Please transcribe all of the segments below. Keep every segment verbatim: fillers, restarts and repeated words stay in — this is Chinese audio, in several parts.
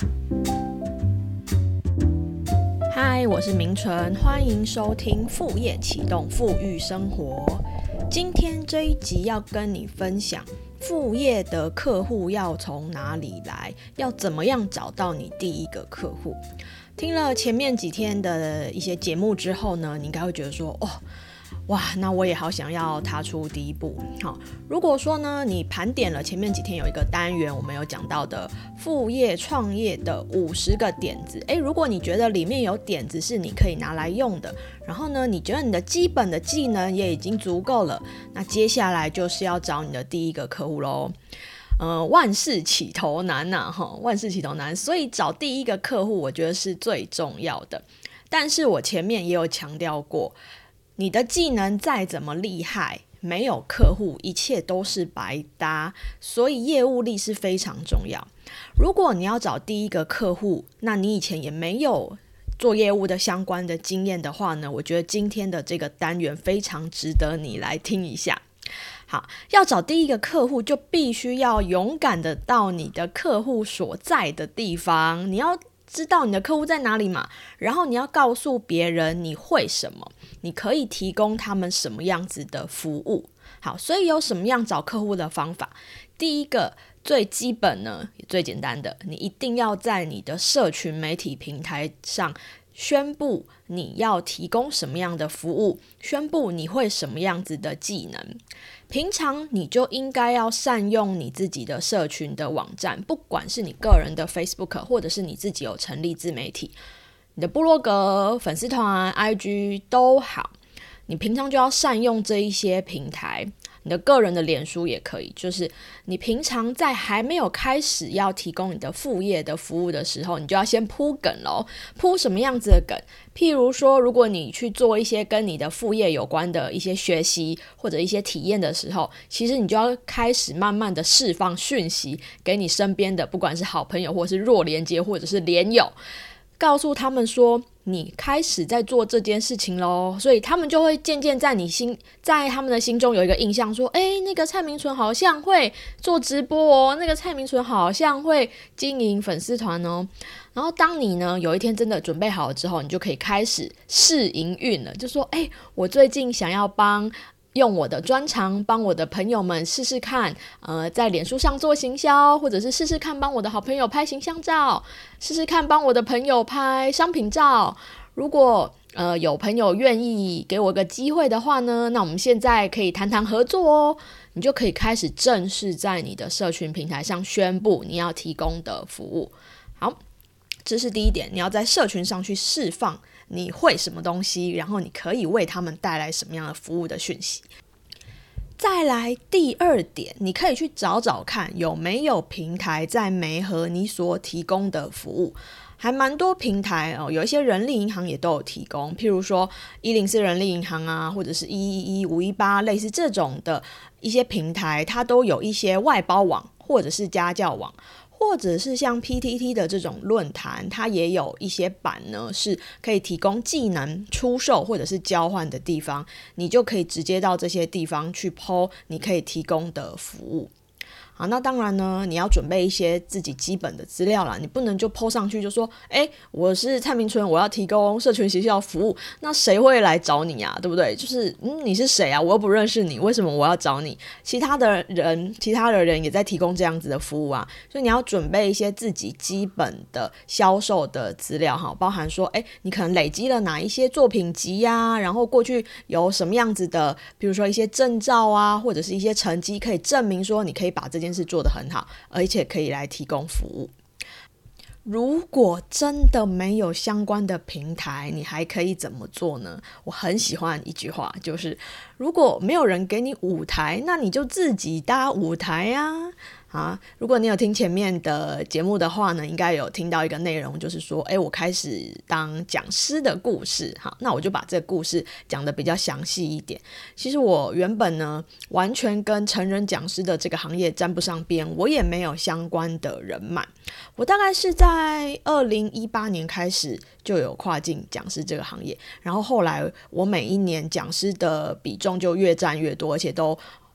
嗨，我是明纯，欢迎收听副业启动富裕生活。今天这一集要跟你分享副业的客户要从哪里来，要怎么样找到你第一个客户。听了前面几天的一些节目之后呢，你应该会觉得说，哦，哇，那我也好想要踏出第一步。好，如果说呢，你盘点了前面几天有一个单元，我们有讲到的副业创业的五十个点子，诶，如果你觉得里面有点子是你可以拿来用的，然后呢，你觉得你的基本的技能也已经足够了，那接下来就是要找你的第一个客户咯。呃，万事起头难啊，万事起头难，所以找第一个客户我觉得是最重要的。但是我前面也有强调过，你的技能再怎么厉害，没有客户一切都是白搭，所以业务力是非常重要。如果你要找第一个客户，那你以前也没有做业务的相关的经验的话呢，我觉得今天的这个单元非常值得你来听一下。好，要找第一个客户就必须要勇敢的到你的客户所在的地方，你要知道你的客户在哪里嘛，然后你要告诉别人你会什么，你可以提供他们什么样子的服务。好，所以有什么样找客户的方法？第一个最基本呢，也最简单的，你一定要在你的社群媒体平台上宣布你要提供什么样的服务，宣布你会什么样子的技能。平常你就应该要善用你自己的社群的网站，不管是你个人的 Facebook 或者是你自己有成立自媒体，你的部落格、粉丝团、I G 都好，你平常就要善用这一些平台。你的个人的脸书也可以，就是你平常在还没有开始要提供你的副业的服务的时候，你就要先铺梗咯。铺什么样子的梗？譬如说，如果你去做一些跟你的副业有关的一些学习或者一些体验的时候，其实你就要开始慢慢的释放讯息给你身边的，不管是好朋友或是弱连接或者是连友，告诉他们说你开始在做这件事情咯，所以他们就会渐渐在你心在他们的心中有一个印象说，诶，那个蔡明纯好像会做直播哦，那个蔡明纯好像会经营粉丝团哦。然后当你呢有一天真的准备好了之后，你就可以开始试营运了，就说，诶，我最近想要帮用我的专长帮我的朋友们试试看，呃，在脸书上做行销，或者是试试看帮我的好朋友拍形象照，试试看帮我的朋友拍商品照。如果呃有朋友愿意给我个机会的话呢，那我们现在可以谈谈合作哦。你就可以开始正式在你的社群平台上宣布你要提供的服务。好，这是第一点，你要在社群上去释放你会什么东西，然后你可以为他们带来什么样的服务的讯息。再来第二点，你可以去找找看有没有平台在媒合你所提供的服务。还蛮多平台哦，有一些人力银行也都有提供，譬如说一零四人力银行啊，或者是一一一、五一八，类似这种的一些平台，它都有一些外包网或者是家教网，或者是像 P T T 的这种论坛，它也有一些版呢是可以提供技能出售或者是交换的地方，你就可以直接到这些地方去 po 你可以提供的服务。好，那当然呢，你要准备一些自己基本的资料啦，你不能就 po 上去就说，诶，我是蔡明纯，我要提供社群行销服务，那谁会来找你啊？对不对？就是嗯，你是谁啊？我又不认识你，为什么我要找你？其他的人，其他的人也在提供这样子的服务啊，所以你要准备一些自己基本的销售的资料哈，包含说，诶，你可能累积了哪一些作品集啊，然后过去有什么样子的，比如说一些证照啊，或者是一些成绩，可以证明说你可以把这件事做得很好，而且可以来提供服务。如果真的没有相关的平台，你还可以怎么做呢？我很喜欢一句话，就是如果没有人给你舞台，那你就自己搭舞台啊。啊，如果你有听前面的节目的话呢，应该有听到一个内容，就是说，诶，我开始当讲师的故事。好，那我就把这个故事讲得比较详细一点。其实我原本呢，完全跟成人讲师的这个行业沾不上边，我也没有相关的人脉。我大概是在二零一八年开始就有跨境讲师这个行业，然后后来我每一年讲师的比重就越占越多，而且都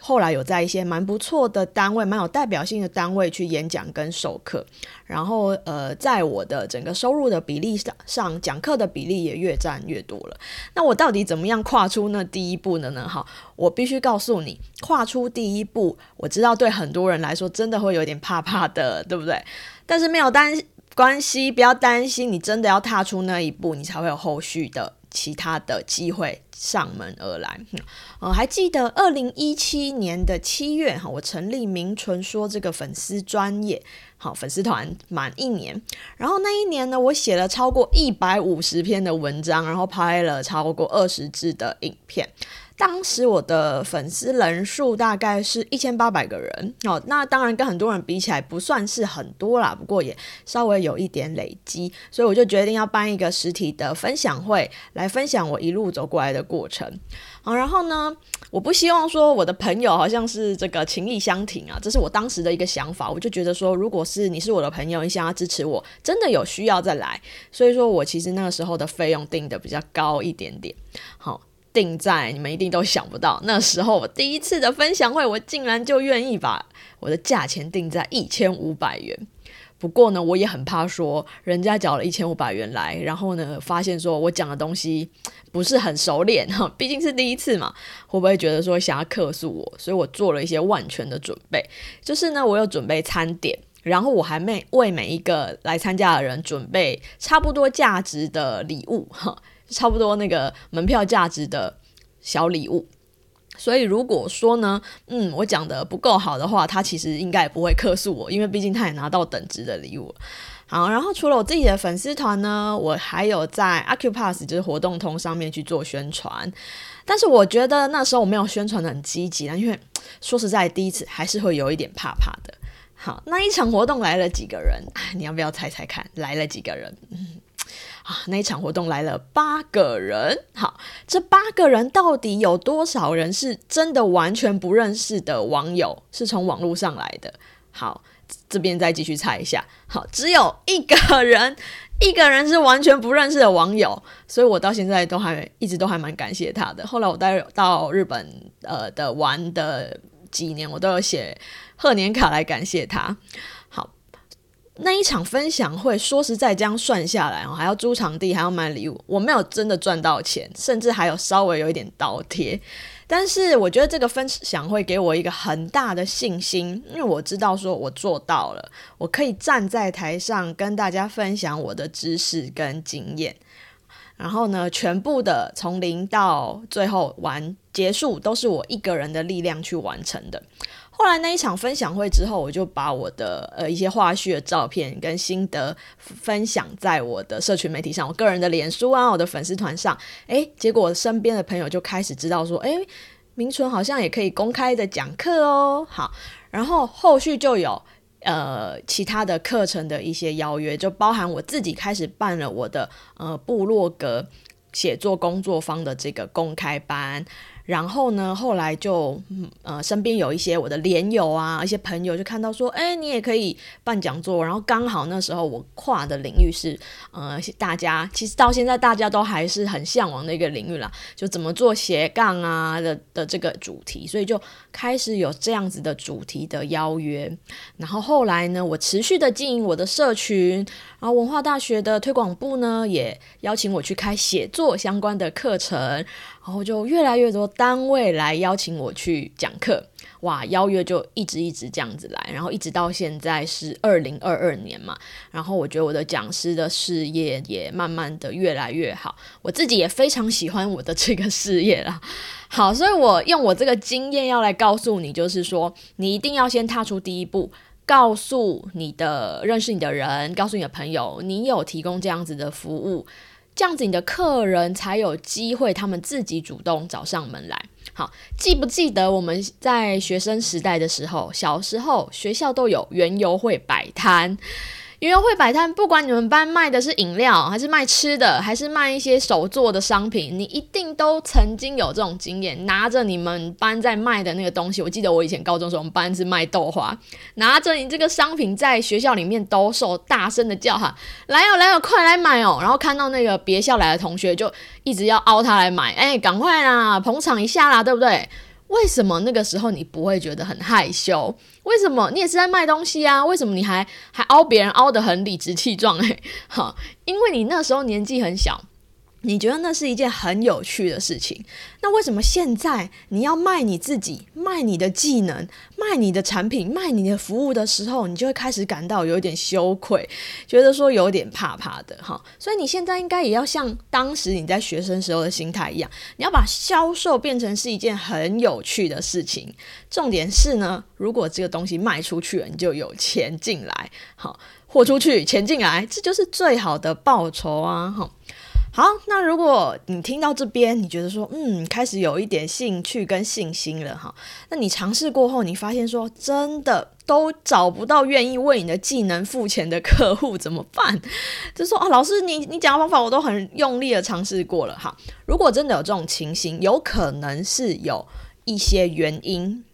后来有在一些蛮不错的单位，蛮有代表性的单位去演讲跟授课，然后呃，在我的整个收入的比例上，讲课的比例也越占越多了。那我到底怎么样跨出那第一步的呢？好，我必须告诉你，跨出第一步，我知道对很多人来说真的会有点怕怕的，对不对？但是没有担关系，不要担心，你真的要踏出那一步，你才会有后续的其他的机会上门而来。呃，还记得二零一七年的七月，我成立明纯说这个粉丝专页，好，粉丝团满一年，然后那一年呢，我写了超过一百五十篇的文章，然后拍了超过二十支的影片。当时我的粉丝人数大概是一千八百个人，哦，那当然跟很多人比起来不算是很多啦，不过也稍微有一点累积，所以我就决定要办一个实体的分享会，来分享我一路走过来的过程。好，然后呢，我不希望说我的朋友好像是这个情义相挺啊，这是我当时的一个想法，我就觉得说，如果是你是我的朋友，你想要支持我，真的有需要再来，所以说我其实那个时候的费用定的比较高一点点。好，定在你们一定都想不到，那时候我第一次的分享会，我竟然就愿意把我的价钱定在一千五百元。不过呢，我也很怕说人家缴了一千五百元来，然后呢发现说我讲的东西不是很熟练，毕竟是第一次嘛，会不会觉得说想要客诉我？所以我做了一些万全的准备，就是呢我有准备餐点，然后我还没为每一个来参加的人准备差不多价值的礼物，差不多那个门票价值的小礼物。所以如果说呢嗯，我讲的不够好的话，他其实应该也不会客诉我，因为毕竟他也拿到等值的礼物了。好，然后除了我自己的粉丝团呢，我还有在 Acupass 就是活动通上面去做宣传，但是我觉得那时候我没有宣传的很积极，因为说实在第一次还是会有一点怕怕的。好，那一场活动来了几个人？你要不要猜猜看来了几个人？嗯啊，那一场活动来了八个人。好，这八个人到底有多少人是真的完全不认识的网友，是从网络上来的？好，这边再继续猜一下。好，只有一个人，一个人是完全不认识的网友，所以我到现在都还一直都还蛮感谢他的。后来我带到日本呃的玩的几年，我都有写贺年卡来感谢他。好。那一场分享会，说实在这样算下来，还要租场地，还要买礼物，我没有真的赚到钱，甚至还有稍微有一点倒贴。但是我觉得这个分享会给我一个很大的信心，因为我知道说我做到了，我可以站在台上跟大家分享我的知识跟经验，然后呢全部的从零到最后完结束都是我一个人的力量去完成的。后来那一场分享会之后，我就把我的呃一些花絮的照片跟心得分享在我的社群媒体上，我个人的脸书啊，我的粉丝团上。诶，结果我身边的朋友就开始知道说，诶，明纯好像也可以公开的讲课哦。好，然后后续就有呃其他的课程的一些邀约，就包含我自己开始办了我的呃部落格写作工作坊的这个公开班。然后呢后来就呃身边有一些我的连友啊，一些朋友就看到说，哎，你也可以办讲座。然后刚好那时候我跨的领域是呃大家其实到现在大家都还是很向往的一个领域啦，就怎么做斜杠啊 的, 的这个主题，所以就开始有这样子的主题的邀约。然后后来呢，我持续的经营我的社群，然后文化大学的推广部呢也邀请我去开写作相关的课程，然后就越来越多单位来邀请我去讲课，哇，邀约就一直一直这样子来，然后一直到现在是二零二二年嘛，然后我觉得我的讲师的事业也慢慢的越来越好，我自己也非常喜欢我的这个事业啦。好，所以我用我这个经验要来告诉你，就是说你一定要先踏出第一步，告诉你的认识你的人，告诉你的朋友你有提供这样子的服务，这样子你的客人才有机会他们自己主动找上门来。好，记不记得我们在学生时代的时候，小时候学校都有园游会摆摊，园游会摆摊，不管你们班卖的是饮料还是卖吃的还是卖一些手做的商品，你一定都曾经有这种经验，拿着你们班在卖的那个东西，我记得我以前高中的时候我们班是卖豆花，拿着你这个商品在学校里面兜售，大声的叫喊，来哦来哦快来买哦，然后看到那个别校来的同学就一直要凹他来买，哎，赶快啦捧场一下啦，对不对？ 为什么那个时候你不会觉得很害羞？为什么你也是在卖东西啊？为什么你还还凹别人凹得很理直气壮？欸，好，因为你那时候年纪很小，你觉得那是一件很有趣的事情。那为什么现在你要卖你自己，卖你的技能，卖你的产品，卖你的服务的时候，你就会开始感到有点羞愧，觉得说有点怕怕的哈。所以你现在应该也要像当时你在学生时候的心态一样，你要把销售变成是一件很有趣的事情。重点是呢，如果这个东西卖出去了，你就有钱进来，好，货出去钱进来，这就是最好的报酬啊哈。好，那如果你听到这边，你觉得说，嗯，开始有一点兴趣跟信心了哈，那你尝试过后，你发现说，真的都找不到愿意为你的技能付钱的客户，怎么办？就说啊，老师，你你讲的方法我都很用力的尝试过了哈。如果真的有这种情形，有可能是有一些原因。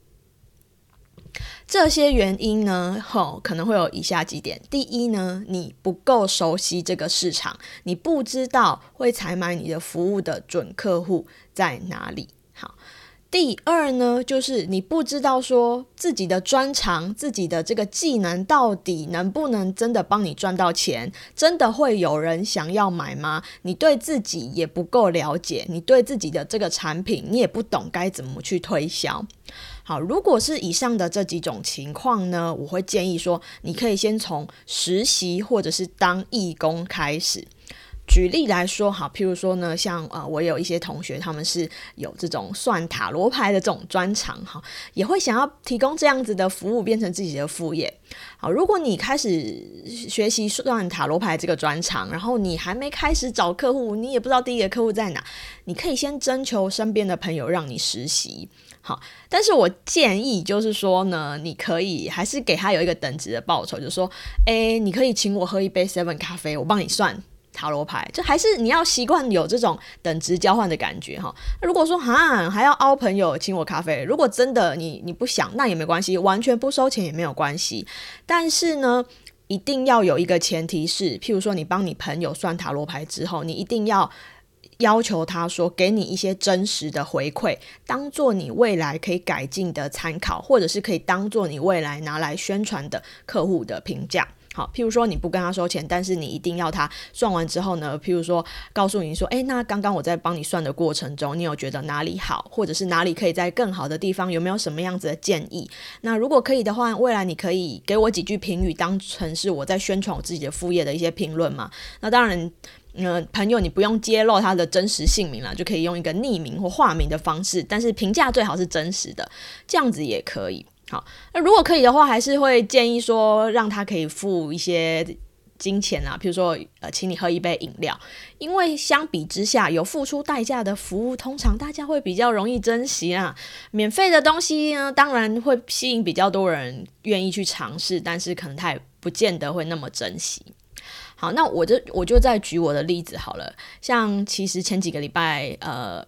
这些原因呢，吼，可能会有以下几点。第一呢，你不够熟悉这个市场，你不知道会采买你的服务的准客户在哪里。好，第二呢，就是你不知道说自己的专长，自己的这个技能到底能不能真的帮你赚到钱，真的会有人想要买吗？你对自己也不够了解，你对自己的这个产品你也不懂该怎么去推销。好，如果是以上的这几种情况呢，我会建议说，你可以先从实习或者是当义工开始。举例来说，好，譬如说呢，像呃，我有一些同学，他们是有这种算塔罗牌的这种专长，哈，也会想要提供这样子的服务，变成自己的副业。好，如果你开始学习算塔罗牌这个专长，然后你还没开始找客户，你也不知道第一个客户在哪，你可以先征求身边的朋友让你实习。好，但是我建议就是说呢，你可以还是给他有一个等值的报酬，就是说，诶，你可以请我喝一杯 seven 咖啡，我帮你算塔罗牌，就还是你要习惯有这种等值交换的感觉哈。如果说哈还要凹朋友请我咖啡，如果真的你你不想，那也没关系，完全不收钱也没有关系。但是呢，一定要有一个前提是，譬如说你帮你朋友算塔罗牌之后，你一定要要求他说给你一些真实的回馈，当做你未来可以改进的参考，或者是可以当做你未来拿来宣传的客户的评价。好，譬如说你不跟他收钱，但是你一定要他算完之后呢，譬如说告诉你说，诶，那刚刚我在帮你算的过程中，你有觉得哪里好，或者是哪里可以在更好的地方，有没有什么样子的建议？那如果可以的话，未来你可以给我几句评语，当成是我在宣传我自己的副业的一些评论嘛。那当然呃，朋友你不用揭露他的真实姓名啦，就可以用一个匿名或化名的方式，但是评价最好是真实的，这样子也可以。好，那如果可以的话，还是会建议说让他可以付一些金钱啊，比如说呃，请你喝一杯饮料，因为相比之下，有付出代价的服务，通常大家会比较容易珍惜啊。免费的东西呢，当然会吸引比较多人愿意去尝试，但是可能他也不见得会那么珍惜。好，那我就我就再举我的例子好了，像其实前几个礼拜，呃，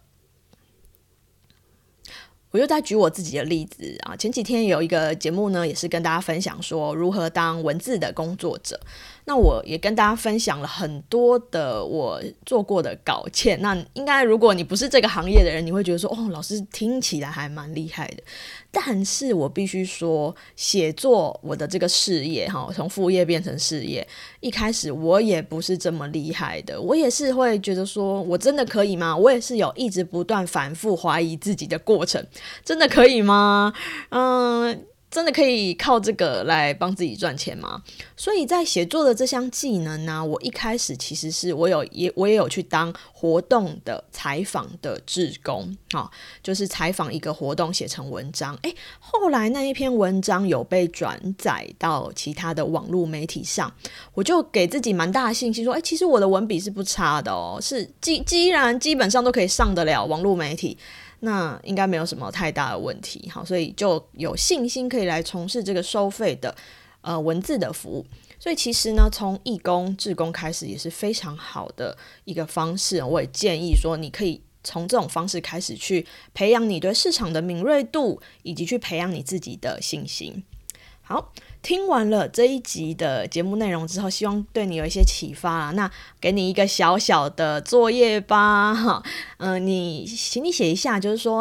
我就再举我自己的例子啊。前几天有一个节目呢，也是跟大家分享说如何当文字的工作者。那我也跟大家分享了很多的我做过的稿件。那应该如果你不是这个行业的人，你会觉得说，哦，老师听起来还蛮厉害的。但是我必须说，写作我的这个事业哈，从副业变成事业，一开始我也不是这么厉害的，我也是会觉得说，我真的可以吗？我也是有一直不断反复怀疑自己的过程，真的可以吗？嗯。真的可以靠这个来帮自己赚钱吗？所以在写作的这项技能呢、啊，我一开始其实是我有也我也有去当活动的采访的志工，好、哦，就是采访一个活动写成文章。诶，后来那一篇文章有被转载到其他的网络媒体上，我就给自己蛮大的信心说，诶，其实我的文笔是不差的哦，是既既然基本上都可以上得了网络媒体。那应该没有什么太大的问题，好，所以就有信心可以来从事这个收费的呃文字的服务。所以其实呢，从义工、志工开始也是非常好的一个方式。我也建议说，你可以从这种方式开始去培养你对市场的敏锐度，以及去培养你自己的信心。好，听完了这一集的节目内容之后，希望对你有一些启发啦。那给你一个小小的作业吧，哈，嗯、呃，你请你写一下，就是说，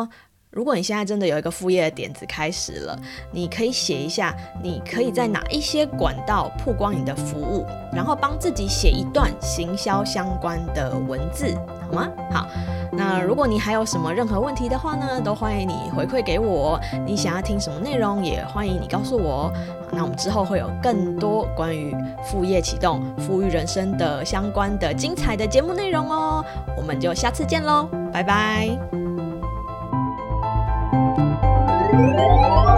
如果你现在真的有一个副业的点子开始了，你可以写一下你可以在哪一些管道曝光你的服务，然后帮自己写一段行销相关的文字，好吗？好，那如果你还有什么任何问题的话呢，都欢迎你回馈给我，你想要听什么内容也欢迎你告诉我。好，那我们之后会有更多关于副业启动、富裕人生的相关的精彩的节目内容哦，我们就下次见咯，拜拜。Thank you.